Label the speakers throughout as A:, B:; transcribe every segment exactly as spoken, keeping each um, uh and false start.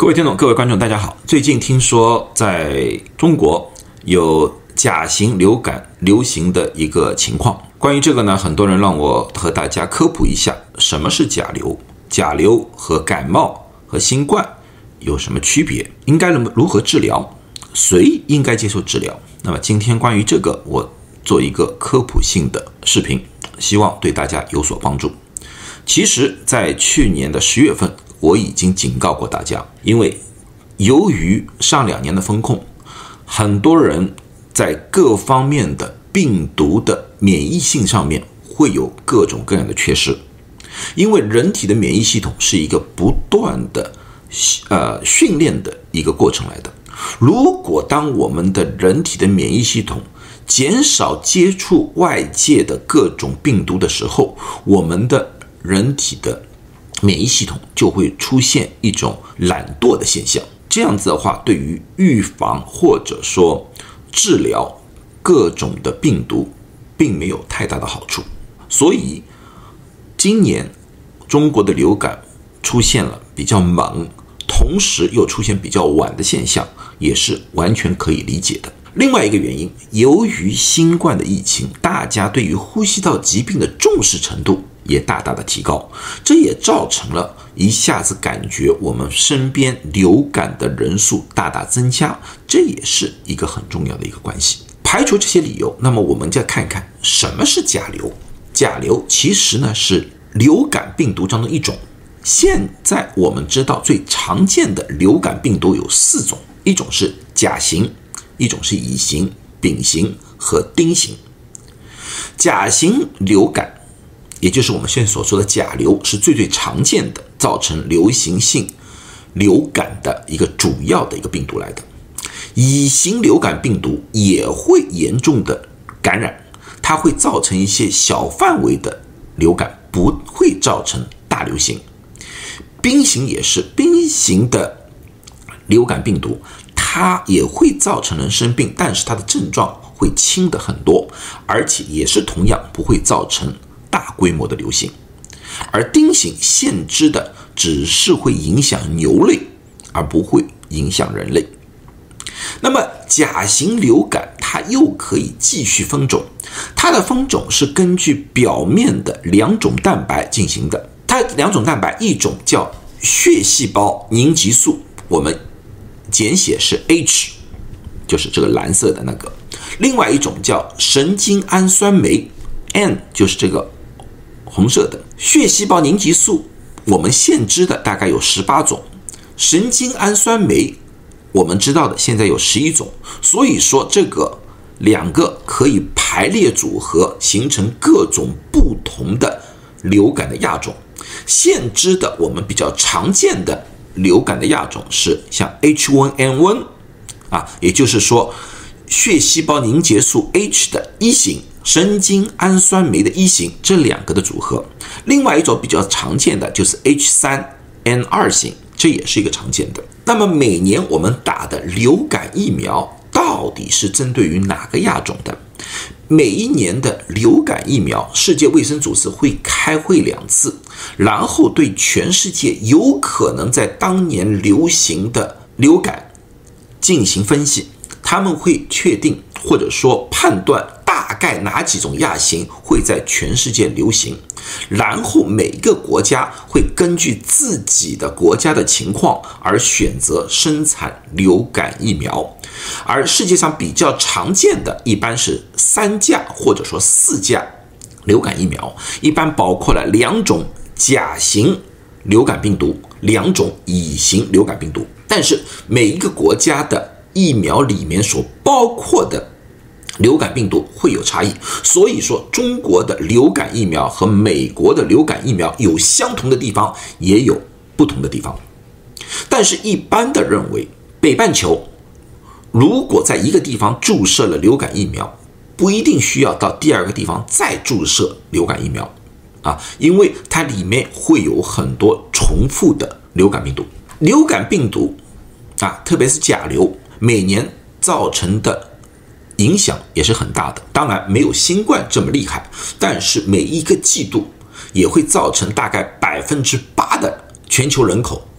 A: 各位听众各位观众大家好，最近听说在中国有甲型流感流行的一个情况，关于这个呢，很多人让我和大家科普一下什么是甲流，甲流和感冒和新冠有什么区别，应该如何治疗，谁应该接受治疗。那么今天关于这个我做一个科普性的视频，希望对大家有所帮助。其实在去年的十月份我已经警告过大家，因为由于上两年的封控，很多人在各方面的病毒的免疫性上面会有各种各样的缺失。因为人体的免疫系统是一个不断的呃训练的一个过程来的。如果当我们的人体的免疫系统减少接触外界的各种病毒的时候，我们的人体的免疫系统就会出现一种懒惰的现象。这样子的话，对于预防或者说治疗各种的病毒并没有太大的好处。所以今年中国的流感出现了比较猛，同时又出现比较晚的现象，也是完全可以理解的。另外一个原因，由于新冠的疫情，大家对于呼吸道疾病的重视程度也大大的提高，这也造成了一下子感觉我们身边流感的人数大大增加，这也是一个很重要的一个关系。排除这些理由，那么我们再看看什么是甲流。甲流其实呢是流感病毒当中一种。现在我们知道最常见的流感病毒有四种，一种是甲型，一种是乙型、丙型和丁型。甲型流感也就是我们现在所说的甲流是最最常见的造成流行性流感的一个主要的一个病毒来的。乙型流感病毒也会严重的感染，它会造成一些小范围的流感，不会造成大流行。丙型也是，丙型的流感病毒它也会造成人生病，但是它的症状会轻的很多，而且也是同样不会造成大规模的流行。而丁型限制的只是会影响牛类，而不会影响人类。那么甲型流感它又可以继续分种，它的分种是根据表面的两种蛋白进行的。它两种蛋白，一种叫血细胞凝集素，我们简写是 H， 就是这个蓝色的那个；另外一种叫神经氨酸酶 N， 就是这个红色的。血细胞凝集素我们现知的大概有十八种，神经氨酸酶我们知道的现在有十一种，所以说这个两个可以排列组合，形成各种不同的流感的亚种。现知的我们比较常见的流感的亚种是像 H 一 N 一 啊，也就是说血细胞凝结素 H 的一型，神经氨酸酶的一型，这两个的组合。另外一种比较常见的就是 H 三 N 二 型，这也是一个常见的。那么每年我们打的流感疫苗到底是针对于哪个亚种的？每一年的流感疫苗，世界卫生组织会开会两次，然后对全世界有可能在当年流行的流感进行分析，他们会确定或者说判断大概哪几种亚型会在全世界流行，然后每一个国家会根据自己的国家的情况而选择生产流感疫苗。而世界上比较常见的一般是三价或者说四价流感疫苗，一般包括了两种甲型流感病毒，两种乙型流感病毒，但是每一个国家的疫苗里面所包括的流感病毒会有差异，所以说中国的流感疫苗和美国的流感疫苗有相同的地方，也有不同的地方。但是一般的认为，北半球如果在一个地方注射了流感疫苗，不一定需要到第二个地方再注射流感疫苗啊，因为它里面会有很多重复的流感病毒。流感病毒啊，特别是甲流，每年造成的影响也是很大的。当然没有新冠这么厉害，但是每一个季度也会造成大概百分之八的全球人口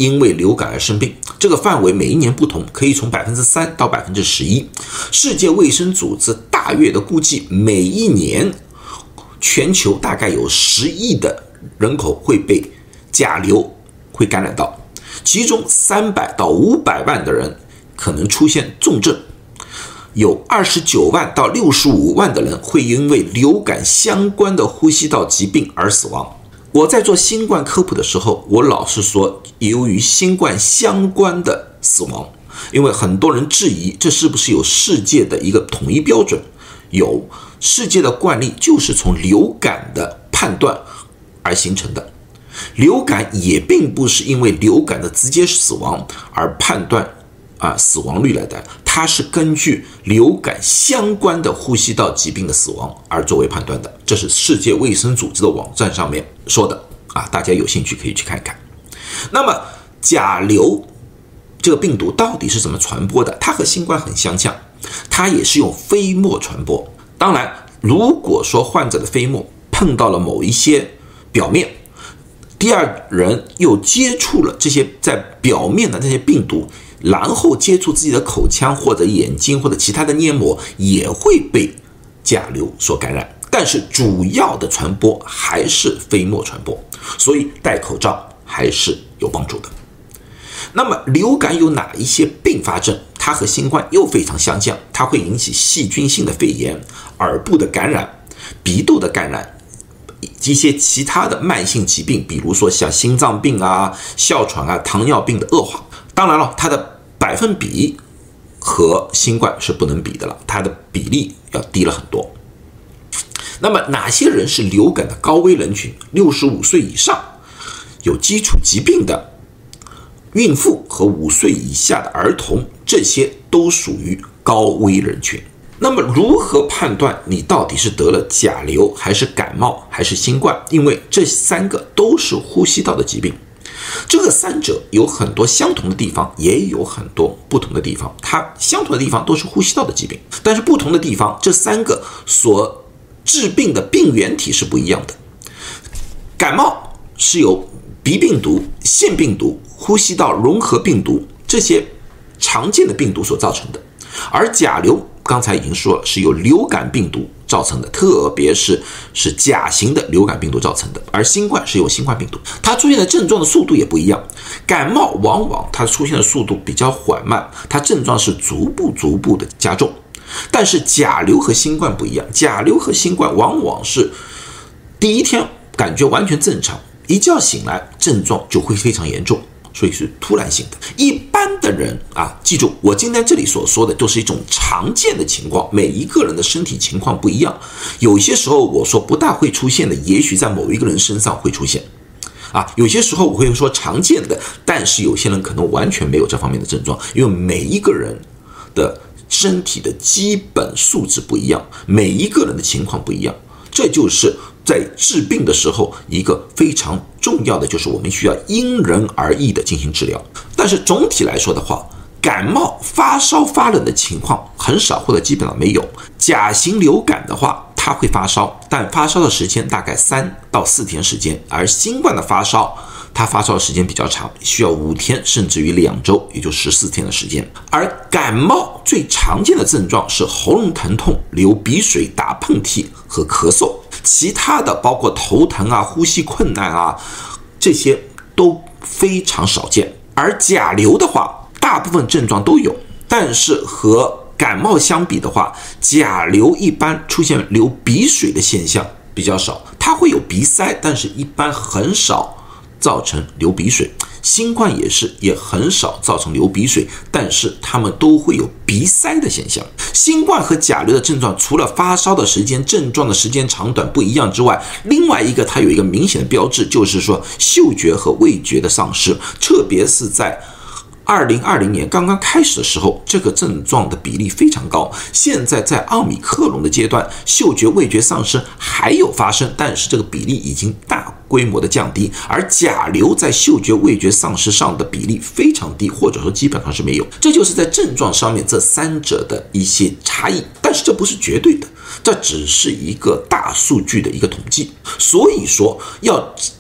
A: 因为流感而生病，这个范围每一年不同，可以从百分之三到百分之十一。世界卫生组织大约的估计，每一年全球大概有十亿的人口会被甲流会感染到，其中三百到五百万的人可能出现重症，有二十九万到六十五万的人会因为流感相关的呼吸道疾病而死亡。我在做新冠科普的时候，我老是说由于新冠相关的死亡，因为很多人质疑这是不是有世界的一个统一标准，有世界的惯例就是从流感的判断而形成的。流感也并不是因为流感的直接死亡而判断啊死亡率来的，它是根据流感相关的呼吸道疾病的死亡而作为判断的，这是世界卫生组织的网站上面说的啊，大家有兴趣可以去看看。那么甲流这个病毒到底是怎么传播的？它和新冠很相像，它也是用飞沫传播。当然，如果说患者的飞沫碰到了某一些表面，第二人又接触了这些在表面的这些病毒，然后接触自己的口腔或者眼睛或者其他的黏膜，也会被甲流所感染。但是主要的传播还是飞沫传播，所以戴口罩还是有帮助的。那么流感有哪一些并发症？它和新冠又非常相像，它会引起细菌性的肺炎、耳部的感染、鼻窦的感染，以及一些其他的慢性疾病，比如说像心脏病啊、哮喘啊、糖尿病的恶化。当然了，它的百分比和新冠是不能比的了，它的比例要低了很多。那么哪些人是流感的高危人群？六十五岁以上、有基础疾病的孕妇和五岁以下的儿童，这些都属于高危人群。那么如何判断你到底是得了甲流还是感冒还是新冠？因为这三个都是呼吸道的疾病，这个三者有很多相同的地方，也有很多不同的地方。它相同的地方都是呼吸道的疾病，但是不同的地方，这三个所致病的病原体是不一样的。感冒是由鼻病毒、腺病毒、呼吸道融合病毒这些常见的病毒所造成的，而甲流刚才已经说了，是由流感病毒造成的，特别是是甲型的流感病毒造成的，而新冠是由新冠病毒，它出现的症状的速度也不一样。感冒往往它出现的速度比较缓慢，它症状是逐步逐步的加重，但是甲流和新冠不一样，甲流和新冠往往是第一天感觉完全正常，一觉醒来症状就会非常严重，所以是突然性的。一般的人啊，记住我今天这里所说的都是一种常见的情况，每一个人的身体情况不一样，有些时候我说不大会出现的，也许在某一个人身上会出现啊，有些时候我会说常见的，但是有些人可能完全没有这方面的症状，因为每一个人的身体的基本素质不一样，每一个人的情况不一样，这就是在治病的时候一个非常重要的，就是我们需要因人而异的进行治疗。但是总体来说的话，感冒发烧发冷的情况很少或者基本上没有。甲型流感的话，它会发烧，但发烧的时间大概三到四天时间，而新冠的发烧它发烧的时间比较长，需要五天甚至于两周，也就十四天的时间。而感冒最常见的症状是喉咙疼痛、流鼻水、打喷嚏和咳嗽，其他的包括头疼啊、呼吸困难啊，这些都非常少见。而甲流的话，大部分症状都有，但是和感冒相比的话，甲流一般出现流鼻水的现象比较少，它会有鼻塞，但是一般很少造成流鼻水。新冠也是，也很少造成流鼻水，但是他们都会有鼻塞的现象。新冠和甲流的症状除了发烧的时间、症状的时间长短不一样之外，另外一个它有一个明显的标志，就是说嗅觉和味觉的丧失，特别是在二零二零年刚刚开始的时候，这个症状的比例非常高。现在在奥密克戎的阶段，嗅觉味觉丧失还有发生，但是这个比例已经大规模的降低。而甲流在嗅觉味觉丧失上的比例非常低，或者说基本上是没有。这就是在症状上面这三者的一些差异，但是这不是绝对的，这只是一个大数据的一个统计。所以说要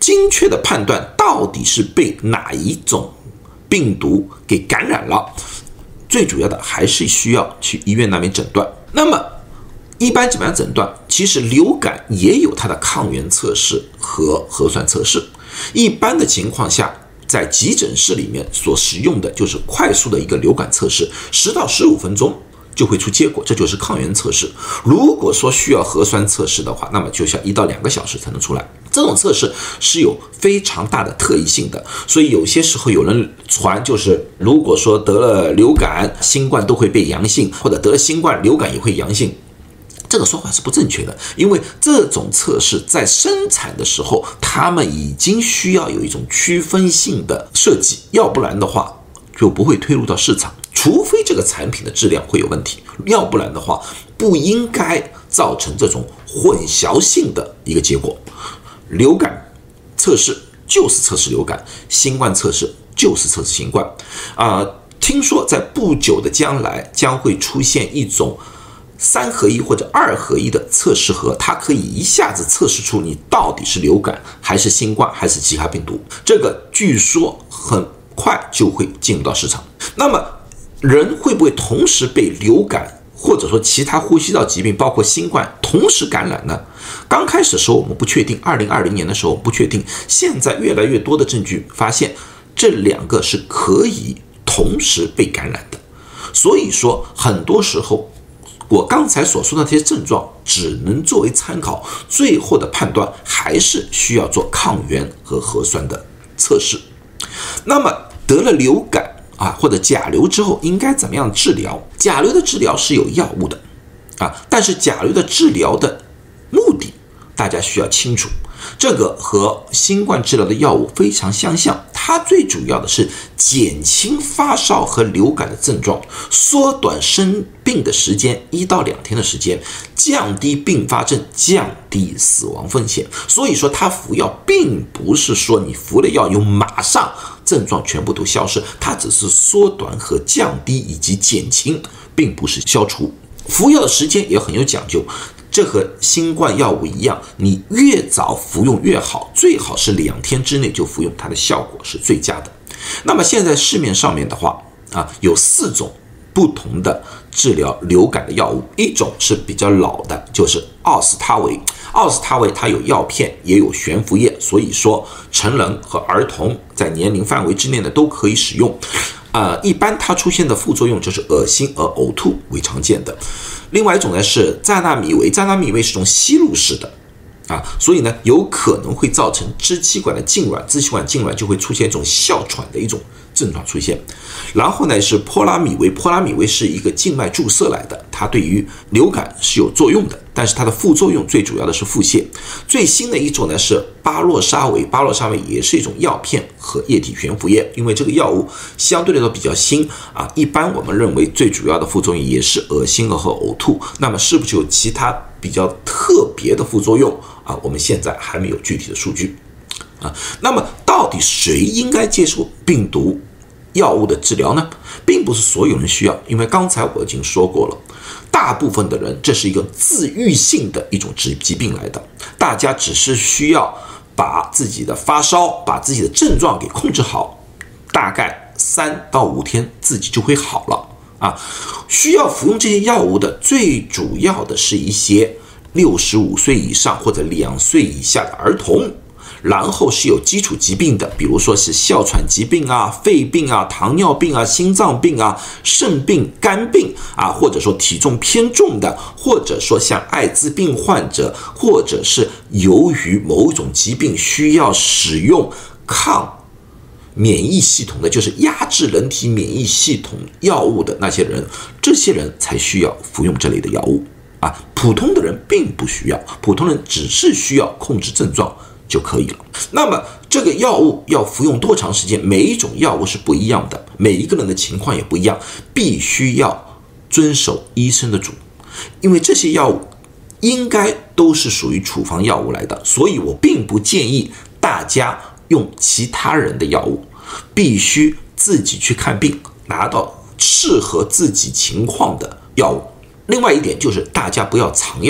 A: 精确的判断到底是被哪一种病毒给感染了，最主要的还是需要去医院那边诊断。那么一般怎么样诊断？其实流感也有它的抗原测试和核酸测试。一般的情况下，在急诊室里面所使用的就是快速的一个流感测试，十到十五分钟就会出结果，这就是抗原测试。如果说需要核酸测试的话，那么就需要一到两个小时才能出来。这种测试是有非常大的特异性的，所以有些时候有人传，就是如果说得了流感、新冠都会被阳性，或者得了新冠、流感也会阳性。这个说法是不正确的，因为这种测试在生产的时候，他们已经需要有一种区分性的设计，要不然的话就不会推入到市场。除非这个产品的质量会有问题，要不然的话不应该造成这种混淆性的一个结果。流感测试就是测试流感，新冠测试就是测试新冠。啊、呃，听说在不久的将来将会出现一种三合一或者二合一的测试盒，它可以一下子测试出你到底是流感还是新冠还是其他病毒。这个据说很快就会进入到市场。那么人会不会同时被流感或者说其他呼吸道疾病包括新冠同时感染呢？刚开始的时候我们不确定，二零二零年的时候我们不确定，现在越来越多的证据发现这两个是可以同时被感染的。所以说很多时候我刚才所说的这些症状只能作为参考，最后的判断还是需要做抗原和核酸的测试。那么得了流感啊或者甲流之后应该怎么样治疗？甲流的治疗是有药物的啊，但是甲流的治疗的目的大家需要清楚，这个和新冠治疗的药物非常相像，它最主要的是减轻发烧和流感的症状，缩短生病的时间一到两天的时间，降低并发症，降低死亡风险。所以说它服药并不是说你服了药又马上症状全部都消失，它只是缩短和降低以及减轻，并不是消除。服药的时间也很有讲究，这和新冠药物一样，你越早服用越好，最好是两天之内就服用，它的效果是最佳的。那么现在市面上面的话啊，有四种不同的治疗流感的药物，一种是比较老的，就是奥司他韦。奥司他韦它有药片也有悬浮液，所以说成人和儿童在年龄范围之内的都可以使用。呃，一般它出现的副作用就是恶心和呕吐为常见的。另外一种呢是赞纳米韦，赞纳米韦是种吸入式的啊，所以呢有可能会造成支气管的痉挛，支气管痉挛就会出现一种哮喘的一种症状出现。然后呢是泼拉米韦，泼拉米韦是一个静脉注射来的，它对于流感是有作用的，但是它的副作用最主要的是腹泻。最新的一种呢是巴洛沙韦，巴洛沙韦也是一种药片和液体悬浮液，因为这个药物相对来说比较新啊，一般我们认为最主要的副作用也是恶心和呕吐，那么是不是有其他比较特别的副作用啊？我们现在还没有具体的数据啊。那么到底谁应该接受病毒药物的治疗呢？并不是所有人需要，因为刚才我已经说过了，大部分的人这是一个自愈性的一种疾病来的，大家只是需要把自己的发烧，把自己的症状给控制好，大概三到五天自己就会好了啊。需要服用这些药物的最主要的是一些六十五岁以上或者两岁以下的儿童，然后是有基础疾病的，比如说是哮喘疾病啊、肺病啊、糖尿病啊、心脏病啊、肾病、肝病啊，或者说体重偏重的，或者说像艾滋病患者，或者是由于某种疾病需要使用抗免疫系统的，就是压制人体免疫系统药物的那些人，这些人才需要服用这类的药物啊。普通的人并不需要，普通人只是需要控制症状就可以了。那么这个药物要服用多长时间？每一种药物是不一样的，每一个人的情况也不一样，必须要遵守医生的嘱，因为这些药物应该都是属于处方药物来的，所以我并不建议大家用其他人的药物，必须自己去看病，拿到适合自己情况的药物。另外一点就是大家不要藏药。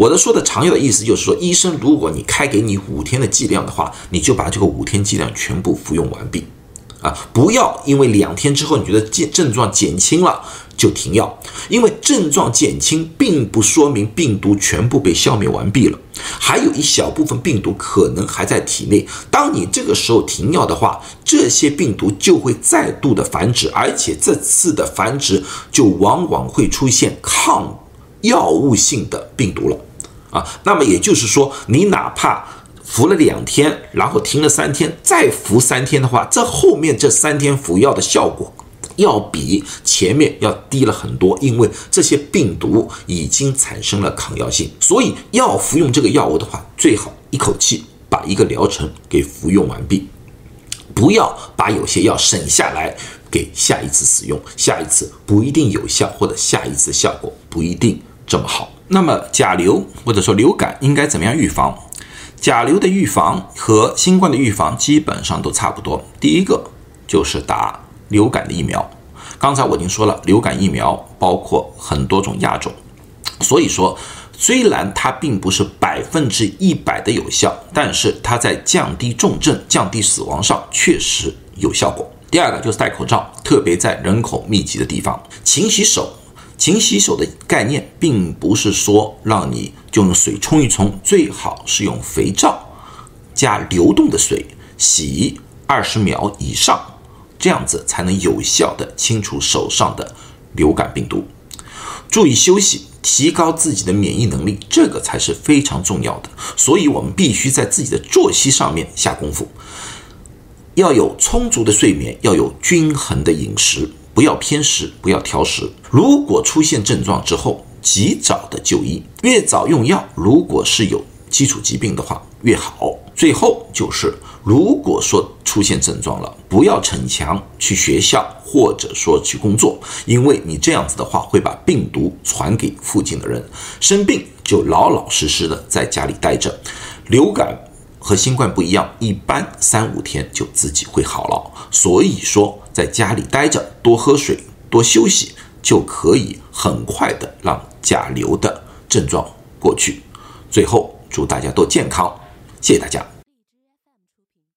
A: 我的说的常用的意思就是说，医生如果你开给你五天的剂量的话，你就把这个五天剂量全部服用完毕啊，不要因为两天之后你觉得症状减轻了就停药，因为症状减轻并不说明病毒全部被消灭完毕了，还有一小部分病毒可能还在体内。当你这个时候停药的话，这些病毒就会再度的繁殖，而且这次的繁殖就往往会出现抗药物性的病毒了啊。那么也就是说，你哪怕服了两天，然后停了三天，再服三天的话，这后面这三天服药的效果要比前面要低了很多，因为这些病毒已经产生了抗药性。所以要服用这个药物的话，最好一口气把一个疗程给服用完毕，不要把有些药省下来给下一次使用，下一次不一定有效，或者下一次效果不一定这么好。那么甲流或者说流感应该怎么样预防？甲流的预防和新冠的预防基本上都差不多。第一个就是打流感的疫苗。刚才我已经说了，流感疫苗包括很多种亚种，所以说虽然它并不是百分之一百的有效，但是它在降低重症、降低死亡上确实有效果。第二个就是戴口罩，特别在人口密集的地方。勤洗手，勤洗手的概念并不是说让你就用水冲一冲，最好是用肥皂加流动的水洗二十秒以上，这样子才能有效的清除手上的流感病毒。注意休息，提高自己的免疫能力，这个才是非常重要的。所以我们必须在自己的作息上面下功夫，要有充足的睡眠，要有均衡的饮食，不要偏食，不要挑食。如果出现症状之后，及早的就医，越早用药，如果是有基础疾病的话越好。最后就是如果说出现症状了，不要逞强去学校或者说去工作，因为你这样子的话会把病毒传给附近的人。生病就老老实实的在家里待着。流感和新冠不一样，一般三五天就自己会好了，所以说在家里待着，多喝水，多休息，就可以很快的让甲流的症状过去。最后祝大家都健康，谢谢大家。